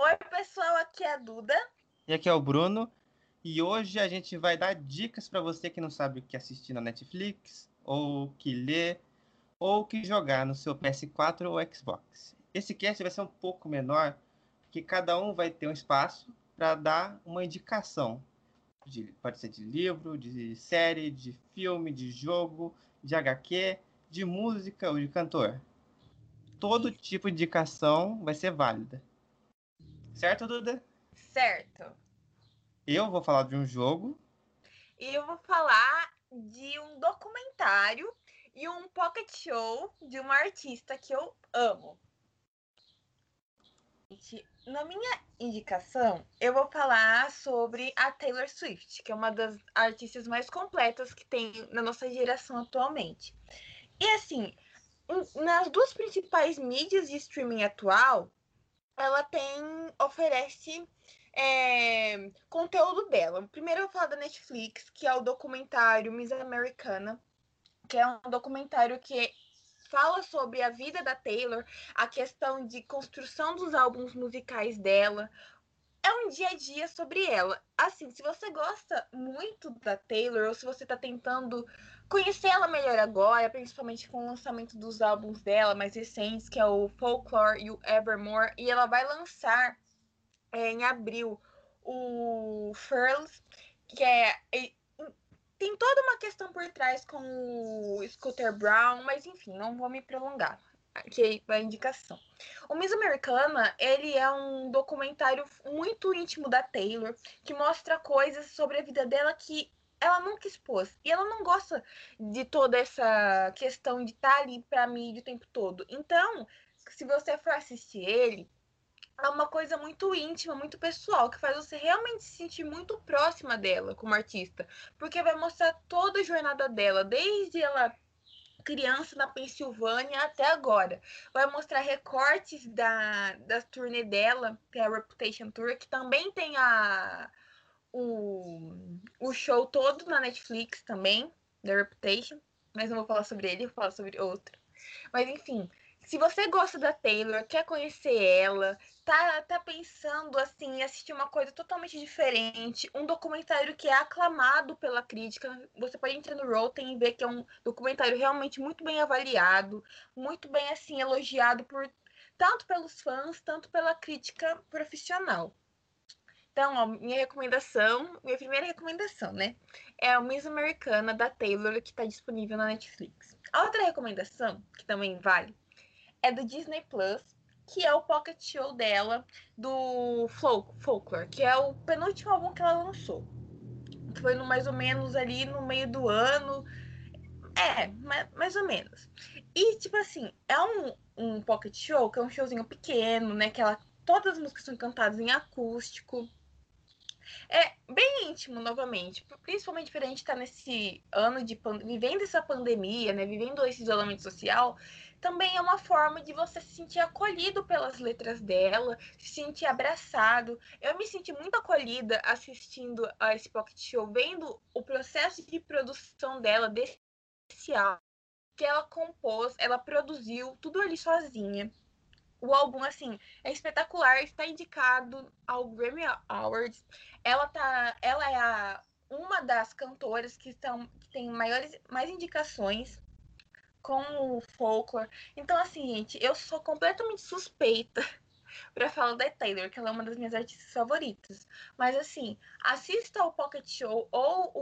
Oi, pessoal, aqui é a Duda. E aqui é o Bruno, e hoje a gente vai dar dicas para você que não sabe o que assistir na Netflix, ou o que ler, ou o que jogar no seu PS4 ou Xbox. Esse cast vai ser um pouco menor, porque cada um vai ter um espaço para dar uma indicação. Pode ser de livro, de série, de filme, de jogo, de HQ, de música ou de cantor. Todo Isso, tipo de indicação vai ser válida. Certo, Duda? certo. Eu vou falar de um jogo. E eu vou falar de um documentário e um pocket show de uma artista que eu amo. Na minha indicação, eu vou falar sobre a Taylor Swift, que é uma das artistas mais completas que tem na nossa geração atualmente. E assim, nas duas principais mídias de streaming atual, ela oferece conteúdo dela. Primeiro eu vou falar da Netflix, que é o documentário Miss Americana, que é um documentário que fala sobre a vida da Taylor, a questão de construção dos álbuns musicais dela. É um dia a dia sobre ela. Assim, se você gosta muito da Taylor, ou se você tá tentando conhecer ela melhor agora, principalmente com o lançamento dos álbuns dela mais recentes, que é o Folklore e o Evermore, e ela vai lançar em abril o Furls, que tem toda uma questão por trás com o Scooter Brown, mas enfim, não vou me prolongar. Que é a indicação. O Miss Americana, ele é um documentário muito íntimo da Taylor, que mostra coisas sobre a vida dela que ela nunca expôs. E ela não gosta de toda essa questão de estar ali pra mídia o tempo todo. Então, se você for assistir ele, é uma coisa muito íntima, muito pessoal, que faz você realmente se sentir muito próxima dela como artista, porque vai mostrar toda a jornada dela, desde ela criança na Pensilvânia até agora. Vai mostrar recortes da turnê dela, que é a Reputation Tour, que também tem o show todo na Netflix também, da Reputation, mas não vou falar sobre ele, vou falar sobre outro. Mas enfim, se você gosta da Taylor, quer conhecer ela, tá pensando assim, em assistir uma coisa totalmente diferente, um documentário que é aclamado pela crítica, você pode entrar no Rotten e ver que é um documentário realmente muito bem avaliado, muito bem assim elogiado por tanto pelos fãs, tanto pela crítica profissional. Então, ó, minha primeira recomendação, né? É o Miss Americana da Taylor, que está disponível na Netflix. A outra recomendação, que também vale, é do Disney Plus, que é o Pocket Show dela, do Folklore, que é o penúltimo álbum que ela lançou. Que foi mais ou menos ali no meio do ano. Mais ou menos. E, tipo assim, é um pocket show, que é um showzinho pequeno, né? Que todas as músicas são cantadas em acústico. É bem íntimo, novamente. Principalmente por a gente estar nesse ano vivendo essa pandemia, né? Vivendo esse isolamento social, também é uma forma de você se sentir acolhido pelas letras dela, se sentir abraçado. Eu me senti muito acolhida assistindo a esse pocket show, vendo o processo de produção dela desse álbum que ela compôs, ela produziu tudo ali sozinha. O álbum, assim, é espetacular, está indicado ao Grammy Awards. Ela é uma das cantoras que tem mais indicações com o folklore. Então, assim, gente, eu sou completamente suspeita para falar da Taylor, que ela é uma das minhas artistas favoritas. Mas, assim, assista ao Pocket Show ou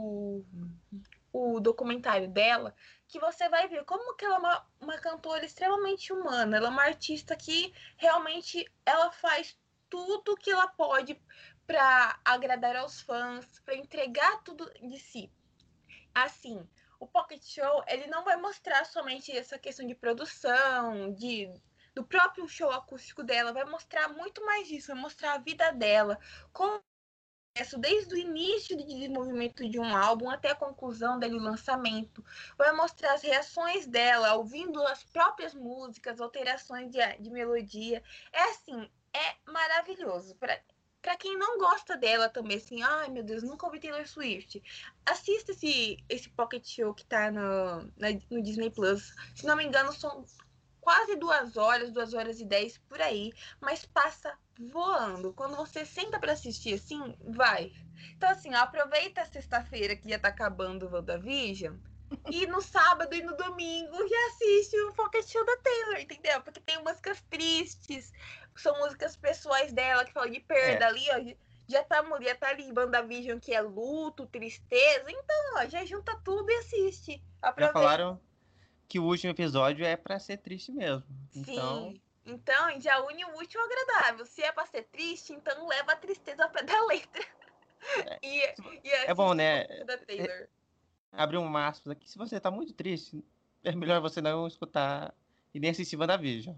o documentário dela, que você vai ver como que ela é uma cantora extremamente humana. Ela é uma artista que realmente ela faz tudo que ela pode para agradar aos fãs, para entregar tudo de si. Assim, o Pocket Show, ele não vai mostrar somente essa questão de produção, do próprio show acústico dela, vai mostrar muito mais disso, vai mostrar a vida dela, como desde o início de desenvolvimento de um álbum até a conclusão dele, o lançamento. Vai mostrar as reações dela, ouvindo as próprias músicas, alterações de melodia. É assim, é maravilhoso. Para quem não gosta dela também, assim, ai meu Deus, nunca ouvi Taylor Swift. Assista esse Pocket Show que tá no Disney Plus. Se não me engano, são quase 2 horas e 10 por aí, mas passa voando. Quando você senta pra assistir assim, vai. Então, assim, ó, aproveita a sexta-feira que já tá acabando o WandaVision. E no sábado e no domingo já assiste o Pocket Show da Taylor, entendeu? Porque tem músicas tristes, são músicas pessoais dela que falam de perda ali, ó. Já tá ali WandaVision, que é luto, tristeza. Então, ó, já junta tudo e assiste. Já Aproveita. falaram que o último episódio é pra ser triste mesmo. Então, Sim. Então, já une o útil ao agradável. Se é pra ser triste, então leva a tristeza ao pé da letra. é, E, e é bom, assiste o né? Pocket da Taylor. Abrir um aspas aqui. Se você tá muito triste, é melhor você não escutar e nem assistir WandaVision.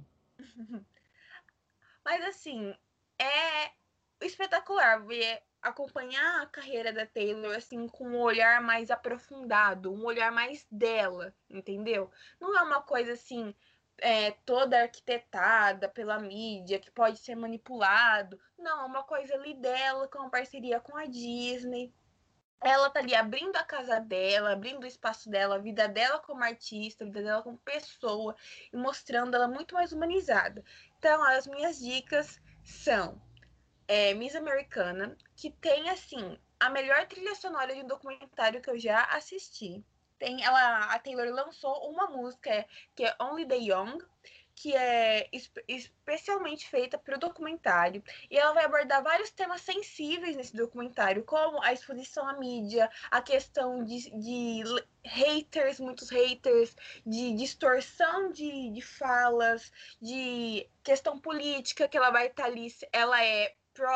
Mas assim, é espetacular ver acompanhar a carreira da Taylor assim com um olhar mais aprofundado, um olhar mais dela, entendeu? Não é uma coisa assim toda arquitetada pela mídia que pode ser manipulado. Não, é uma coisa ali dela com uma parceria com a Disney. Ela tá ali abrindo a casa dela, abrindo o espaço dela, a vida dela como artista, a vida dela como pessoa e mostrando ela muito mais humanizada. Então, as minhas dicas são Miss Americana, que tem, assim, a melhor trilha sonora de um documentário que eu já assisti. A Taylor lançou uma música que é Only the Young, que é especialmente feita para o documentário. E ela vai abordar vários temas sensíveis nesse documentário, como a exposição à mídia, a questão de haters, muitos haters, de distorção de falas, de questão política, que ela vai estar ali, ela é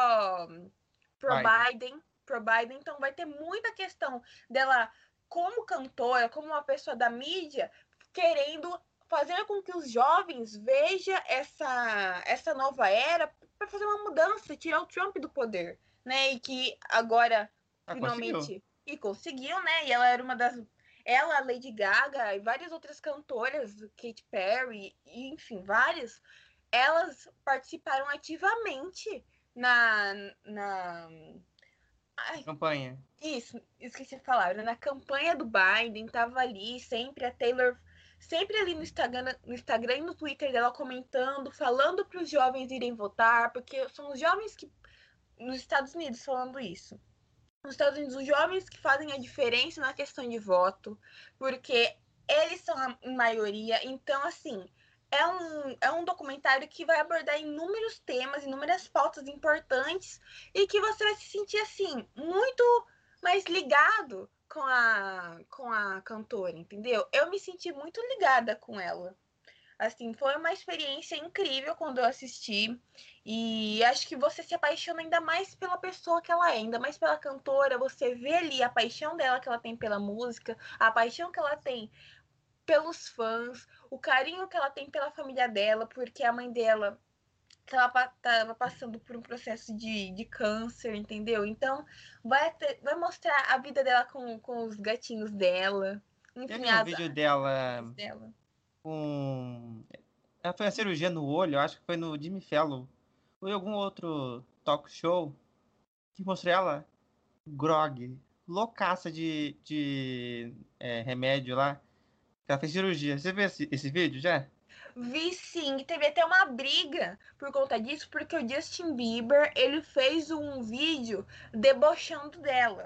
pro Biden. Biden, pro Biden, então vai ter muita questão dela como cantora, como uma pessoa da mídia, querendo fazer com que os jovens vejam essa nova era para fazer uma mudança, tirar o Trump do poder, né? E que agora Ah, conseguiu. finalmente e conseguiu, né? E ela era uma das ela, Lady Gaga e várias outras cantoras, Katy Perry, e, enfim, várias, elas participaram ativamente na, na ai, Campanha. isso, esqueci a palavra. Na campanha do Biden, tava ali sempre a Taylor, sempre ali no Instagram e no Twitter dela comentando, falando para os jovens irem votar, porque são os jovens que nos Estados Unidos falando isso. Nos Estados Unidos, os jovens que fazem a diferença na questão de voto, porque eles são a maioria. Então, assim, é um documentário que vai abordar inúmeros temas, inúmeras pautas importantes e que você vai se sentir, assim, muito mais ligado com a cantora, entendeu? Eu me senti muito ligada com ela. Assim, foi uma experiência incrível quando eu assisti. E acho que você se apaixona ainda mais pela pessoa que ela é, ainda mais pela cantora. Você vê ali a paixão dela que ela tem pela música, a paixão que ela tem pelos fãs, o carinho que ela tem pela família dela, porque a mãe dela que ela estava passando por um processo de câncer, entendeu? Então, vai mostrar a vida dela com os gatinhos dela, Eu enfim, vi um as vídeo amigas dela dela. com. Ela foi a cirurgia no olho, eu acho que foi no Jimmy Fallon. Ou em algum outro talk show que mostrou ela grog, loucaça de remédio lá. Ela fez cirurgia. Você viu esse vídeo já? Vi sim, e teve até uma briga por conta disso, porque o Justin Bieber, ele fez um vídeo debochando dela.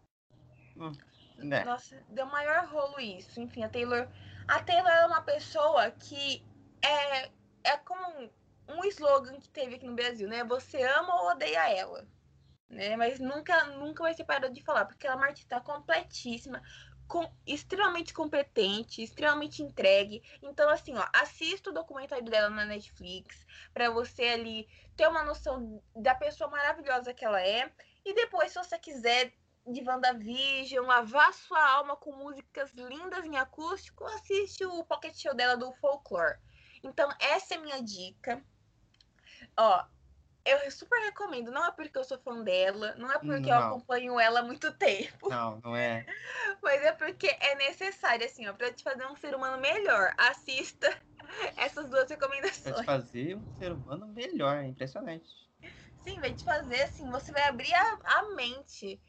Né? Nossa, deu maior rolo isso. Enfim, a Taylor é uma pessoa que é como um slogan que teve aqui no Brasil, né? Você ama ou odeia ela, né? Mas nunca vai ser parado de falar, porque ela é uma artista completíssima, extremamente competente, extremamente entregue. Então, assim, ó, assista o documentário dela na Netflix para você ali ter uma noção da pessoa maravilhosa que ela é. E depois, se você quiser de WandaVision, lavar sua alma com músicas lindas em acústico, assiste o Pocket Show dela do Folklore. Então, essa é a minha dica. Ó, eu super recomendo. Não é porque eu sou fã dela, não é porque eu Não, acompanho ela há muito tempo, não é. mas é porque é necessário, assim, ó, pra te fazer um ser humano melhor. Assista essas duas Vai te recomendações. fazer um ser humano melhor, é impressionante. Sim, vai te fazer, assim, você vai abrir a mente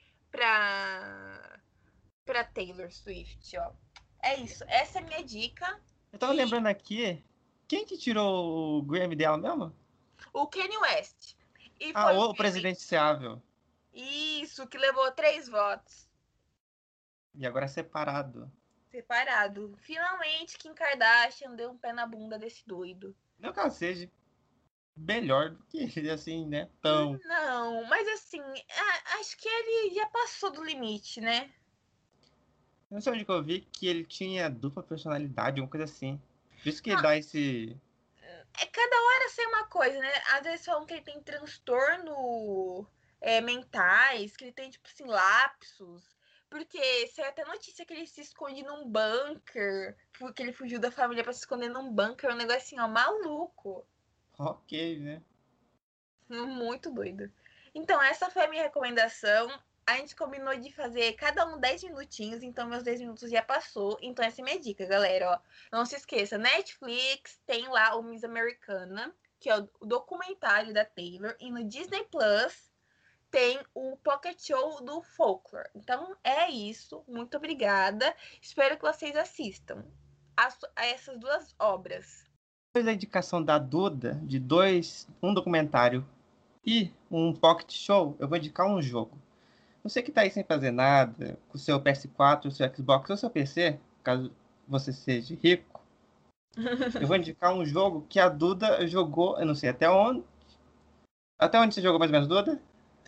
pra Taylor Swift, ó. É isso, essa é a minha dica. Eu tava E lembrando aqui, Quem que tirou o Grammy dela mesmo? O Kanye West. E Ah, foi o o filme. presidenciável. Isso, que levou 3 votos. E agora é separado. Separado. Finalmente, Kim Kardashian deu um pé na bunda desse doido. Não que ela seja melhor do que ele, assim, né? Tão. Não, mas assim, acho que ele já passou do limite, né? Não sei onde que eu vi que ele tinha dupla personalidade, alguma coisa assim. Por isso que ele Não, dá esse. é cada hora ser uma coisa, né? Às vezes falam que ele tem transtorno mentais, que ele tem, tipo assim, lapsos. Porque saiu até notícia que ele se esconde num bunker, que ele fugiu da família pra se esconder num bunker, um negocinho, ó, maluco. Ok, né? Muito doido. Então, essa foi a minha recomendação. A gente combinou de fazer cada um 10 minutinhos, então meus 10 minutos já passou. Então, essa é a minha dica, galera. Ó, não se esqueça, Netflix tem lá o Miss Americana, que é o documentário da Taylor, e no Disney Plus tem o Pocket Show do Folklore. Então, é isso. Muito obrigada. Espero que vocês assistam a essas duas obras. Depois da indicação da Duda, de um documentário e um pocket show, eu vou indicar um jogo. Você que está aí sem fazer nada, com o seu PS4, o seu Xbox ou seu PC, caso você seja rico, eu vou indicar um jogo que a Duda jogou, eu não sei até onde. Até onde você jogou mais ou menos, Duda?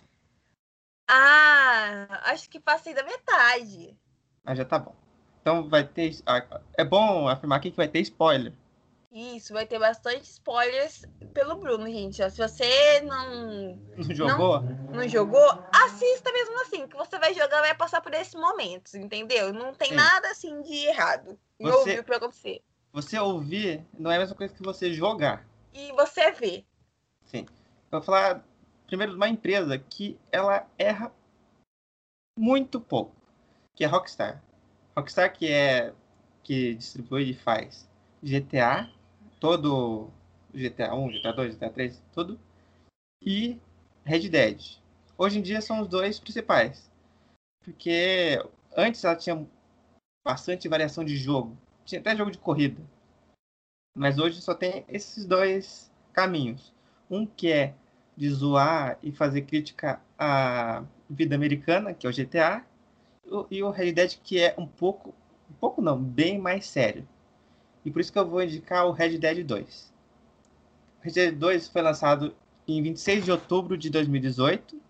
Acho que passei da metade. Ah, já tá bom. Então vai ter. É bom afirmar aqui que vai ter spoiler. Isso, vai ter bastante spoilers pelo Bruno, gente. Ó, se você Não não, jogou? não jogou, assista mesmo assim, que você vai jogar, vai passar por esses momentos, entendeu? Não tem Sim. nada assim de errado em ouvir o Você, que vai acontecer. você ouvir não é a mesma coisa que você jogar. E você vê. Sim. Eu vou falar primeiro de uma empresa que ela erra muito pouco, que é a Rockstar. Rockstar que distribui e faz GTA, todo GTA 1, GTA 2, GTA 3, tudo, e Red Dead. Hoje em dia são os dois principais, porque antes ela tinha bastante variação de jogo, tinha até jogo de corrida, mas hoje só tem esses dois caminhos. Um que é de zoar e fazer crítica à vida americana, que é o GTA, e o Red Dead que é um pouco não, bem mais sério. E por isso que eu vou indicar o Red Dead 2. O Red Dead 2 foi lançado em 26 de outubro de 2018,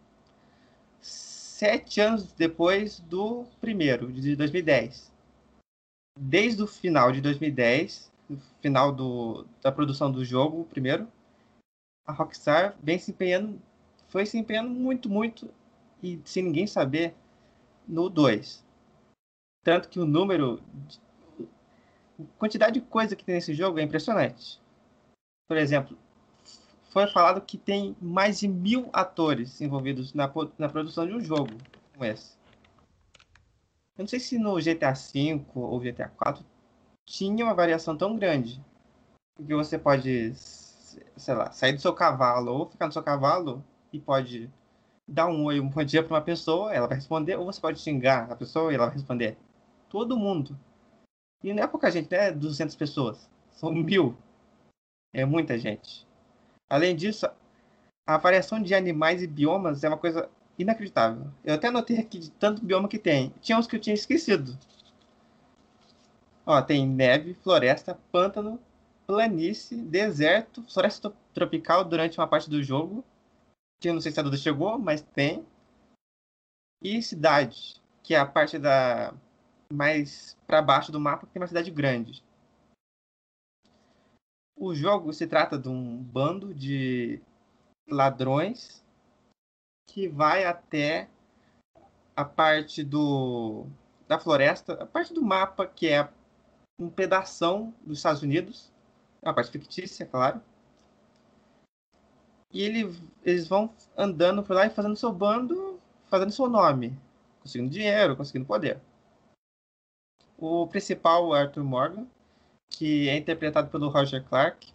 7 anos depois do primeiro, de 2010. Desde o final de 2010, o final da produção do jogo, o primeiro, a Rockstar vem se empenhando, foi se empenhando muito, muito, e sem ninguém saber, no 2. Tanto que o número, a quantidade de coisa que tem nesse jogo é impressionante. Por exemplo, foi falado que tem mais de 1.000 atores envolvidos na produção de um jogo como esse. Eu não sei se no GTA V ou GTA IV tinha uma variação tão grande, porque você pode, sei lá, sair do seu cavalo ou ficar no seu cavalo e pode dar um oi, um bom dia para uma pessoa, ela vai responder, ou você pode xingar a pessoa e ela vai responder. Todo mundo. E não é pouca gente, né? 200 pessoas. São 1.000. É muita gente. Além disso, a variação de animais e biomas é uma coisa inacreditável. Eu até anotei aqui de tanto bioma que tem. Tinha uns que eu tinha esquecido. Ó, tem neve, floresta, pântano, planície, deserto, floresta tropical durante uma parte do jogo. Que eu não sei se a Duda chegou, mas tem. E cidade, que é a parte da mais para baixo do mapa, que tem uma cidade grande. O jogo se trata de um bando de ladrões que vai até a parte da floresta, a parte do mapa que é um pedação dos Estados Unidos, é uma parte fictícia, claro. E eles vão andando por lá e fazendo seu bando, fazendo seu nome, conseguindo dinheiro, conseguindo poder. O principal, é Arthur Morgan, que é interpretado pelo Roger Clark,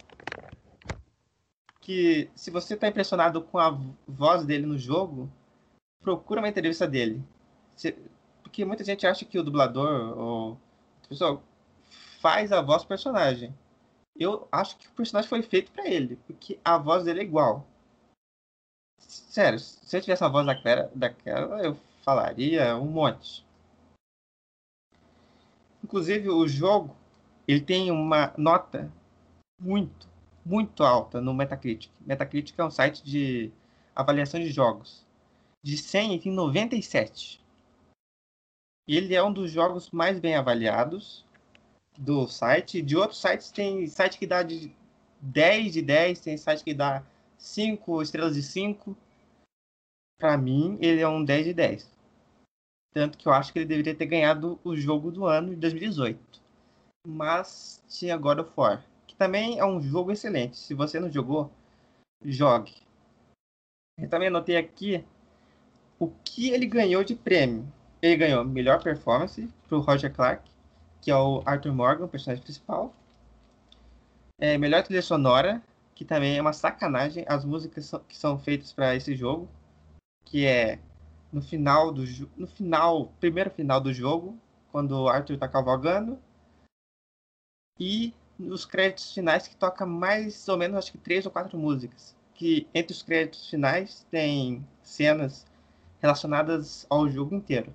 que se você está impressionado com a voz dele no jogo, procura uma entrevista dele. Porque muita gente acha que o dublador ou a pessoa faz a voz do personagem. Eu acho que o personagem foi feito pra ele, porque a voz dele é igual. Sério, se eu tivesse a voz daquela, eu falaria um monte. Inclusive, o jogo, ele tem uma nota muito, muito alta no Metacritic. Metacritic é um site de avaliação de jogos. De 100, ele tem 97. E ele é um dos jogos mais bem avaliados do site. De outros sites, tem site que dá de 10 de 10, tem site que dá 5 estrelas de 5. Para mim, ele é um 10 de 10. Tanto que eu acho que ele deveria ter ganhado o jogo do ano de 2018. Mas tinha God of War, que também é um jogo excelente. Se você não jogou, jogue. Eu também anotei aqui o que ele ganhou de prêmio. Ele ganhou melhor performance pro Roger Clark, que é o Arthur Morgan, o personagem principal. Melhor trilha sonora, que também é uma sacanagem. As músicas que são feitas para esse jogo, que é no final no final, primeiro final do jogo, quando o Arthur tá cavalgando, e nos créditos finais que toca mais ou menos, acho que 3 ou 4 músicas. Que entre os créditos finais tem cenas relacionadas ao jogo inteiro.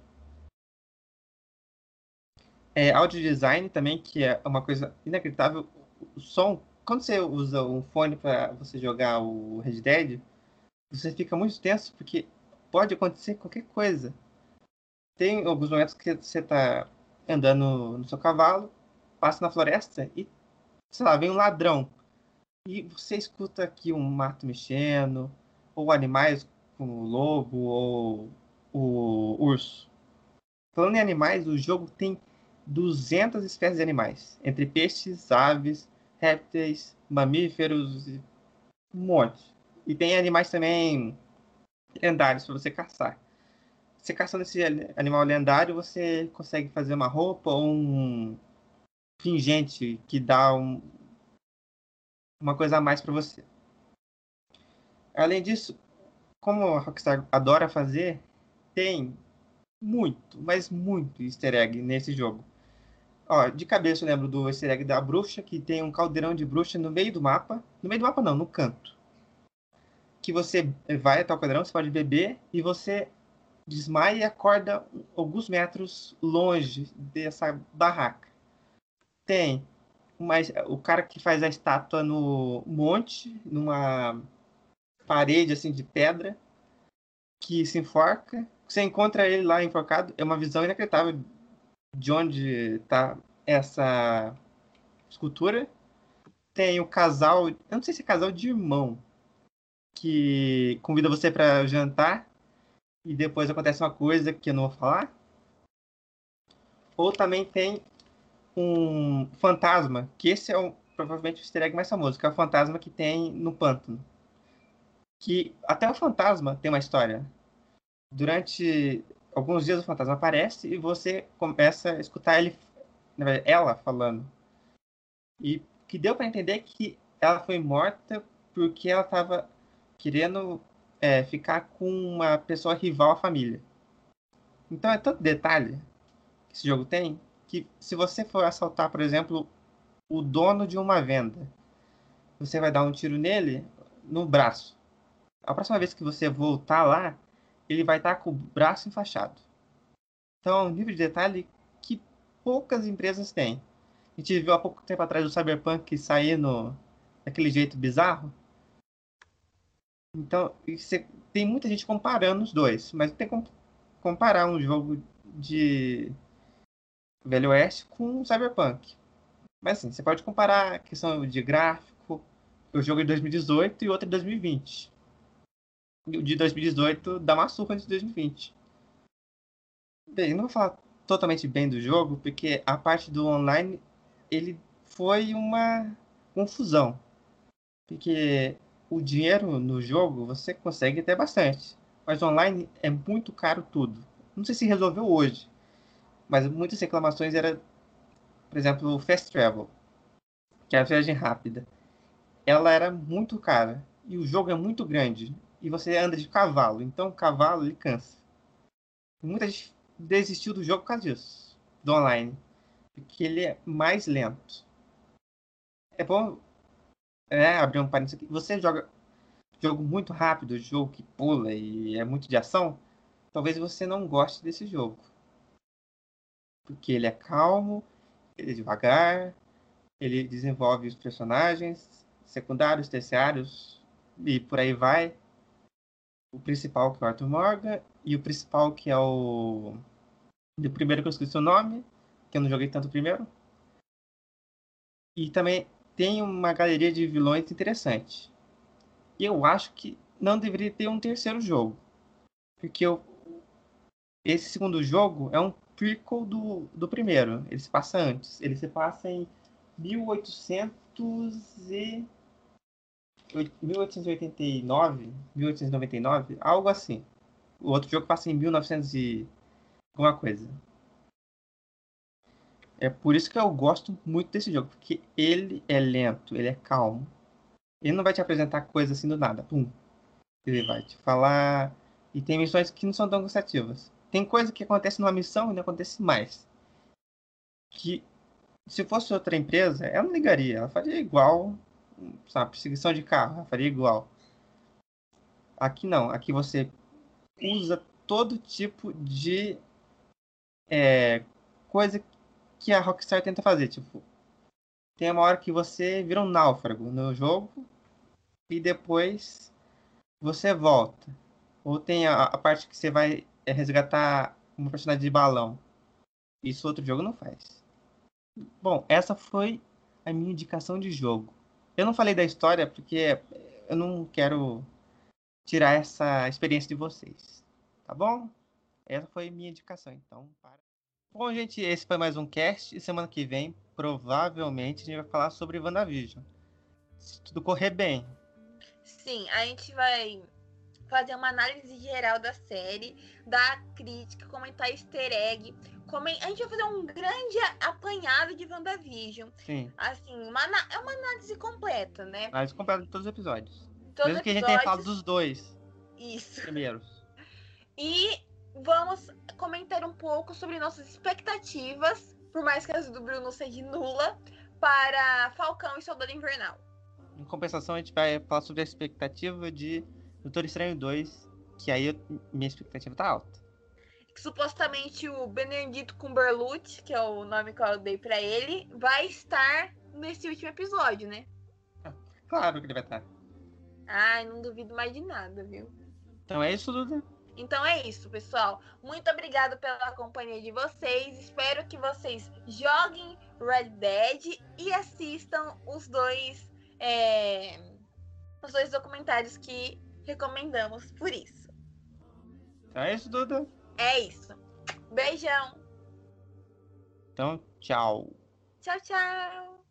Audio design também, que é uma coisa inacreditável. O som, quando você usa um fone para você jogar o Red Dead, você fica muito tenso porque pode acontecer qualquer coisa. Tem alguns momentos que você está andando no seu cavalo, passa na floresta e, sei lá, vem um ladrão. E você escuta aqui um mato mexendo, ou animais como o lobo ou o urso. Falando em animais, o jogo tem 200 espécies de animais, entre peixes, aves, répteis, mamíferos, um monte. E tem animais também lendários para você caçar. Você caçando esse animal lendário, você consegue fazer uma roupa ou um pingente que dá uma coisa a mais para você. Além disso, como a Rockstar adora fazer, tem muito, mas muito easter egg nesse jogo. Ó, de cabeça eu lembro do easter egg da bruxa, que tem um caldeirão de bruxa no meio do mapa. No meio do mapa não, no canto. Que você vai até o caldeirão, você pode beber, e você desmaia e acorda alguns metros longe dessa barraca. Tem o cara que faz a estátua no monte, numa parede assim de pedra, que se enforca. Você encontra ele lá enforcado, é uma visão inacreditável de onde está essa escultura. Tem o casal, eu não sei se é casal de irmão, que convida você para jantar e depois acontece uma coisa que eu não vou falar. Ou também tem um fantasma, que esse é provavelmente o easter egg mais famoso, que é o fantasma que tem no pântano. Que até o fantasma tem uma história. Durante alguns dias o fantasma aparece e você começa a escutar ela falando. E que deu para entender que ela foi morta porque ela estava querendo ficar com uma pessoa rival à família. Então é tanto detalhe que esse jogo tem que se você for assaltar, por exemplo, o dono de uma venda, você vai dar um tiro nele no braço. A próxima vez que você voltar lá, ele vai estar com o braço enfaixado. Então é um nível de detalhe que poucas empresas têm. A gente viu há pouco tempo atrás o Cyberpunk sair daquele jeito bizarro. Então, tem muita gente comparando os dois, mas tem como comparar um jogo de Velho Oeste com Cyberpunk. Mas assim, você pode comparar a questão de gráfico, o jogo de 2018 e outro de 2020. E o de 2018 dá uma surra de 2020. Bem, não vou falar totalmente bem do jogo, porque a parte do online, ele foi uma confusão. Porque o dinheiro no jogo você consegue ter bastante. Mas online é muito caro tudo. Não sei se resolveu hoje, mas muitas reclamações era, por exemplo, o Fast Travel, que é a viagem rápida. Ela era muito cara e o jogo é muito grande e você anda de cavalo, então o cavalo ele cansa. Muita gente desistiu do jogo por causa disso, do online, porque ele é mais lento. é bom abrir um parênteses aqui. Você joga jogo muito rápido, jogo que pula e é muito de ação, talvez você não goste desse jogo. Porque ele é calmo, ele é devagar, ele desenvolve os personagens secundários, terciários e por aí vai. O principal que é o Arthur Morgan e o principal que é o do primeiro que eu esqueci o nome, que eu não joguei tanto primeiro. E também tem uma galeria de vilões interessante. E eu acho que não deveria ter um terceiro jogo. Porque esse segundo jogo é um prequel do primeiro. Ele se passa antes. Ele se passa em 1800 e... 1889, 1899, algo assim. O outro jogo passa em 1900 e alguma coisa. É por isso que eu gosto muito desse jogo, porque ele é lento, ele é calmo. Ele não vai te apresentar coisas assim do nada. Pum. Ele vai te falar. E tem missões que não são tão cansativas. Tem coisa que acontece numa missão e não acontece mais. Que se fosse outra empresa, ela não ligaria. Ela faria igual. Sabe, perseguição de carro, ela faria igual. Aqui não. Aqui você usa todo tipo de coisa que a Rockstar tenta fazer. Tipo, tem uma hora que você vira um náufrago no jogo e depois você volta. Ou tem a parte que você vai resgatar uma personagem de balão. Isso outro jogo não faz. Bom, essa foi a minha indicação de jogo. Eu não falei da história porque eu não quero tirar essa experiência de vocês. Tá bom? Essa foi minha indicação, então. Bom, gente, esse foi mais um cast. E semana que vem, provavelmente, a gente vai falar sobre WandaVision. Se tudo correr bem. Sim, a gente vai fazer uma análise geral da série, dar crítica, comentar easter egg. A gente vai fazer um grande apanhado de WandaVision. Sim. Assim, é uma análise completa, né? Análise completa de todos os episódios. Todos Mesmo os que a gente tenha falado episódios. dos dois Isso. primeiros. E vamos comentar um pouco sobre nossas expectativas, por mais que as do Bruno seja nula, para Falcão e Soldado Invernal. Em compensação, a gente vai falar sobre a expectativa de Doutor Estranho 2, que aí minha expectativa tá alta. Que supostamente o Benedito Cumberbatch, que é o nome que eu dei pra ele, vai estar nesse último episódio, né? Claro que ele vai estar. Ai, não duvido mais de nada, viu? Então é isso, Duda. Então é isso, pessoal. Muito obrigada pela companhia de vocês. Espero que vocês joguem Red Dead e assistam os dois documentários que recomendamos por isso. Então é isso, Duda. É isso. Beijão. Então, tchau. Tchau, tchau.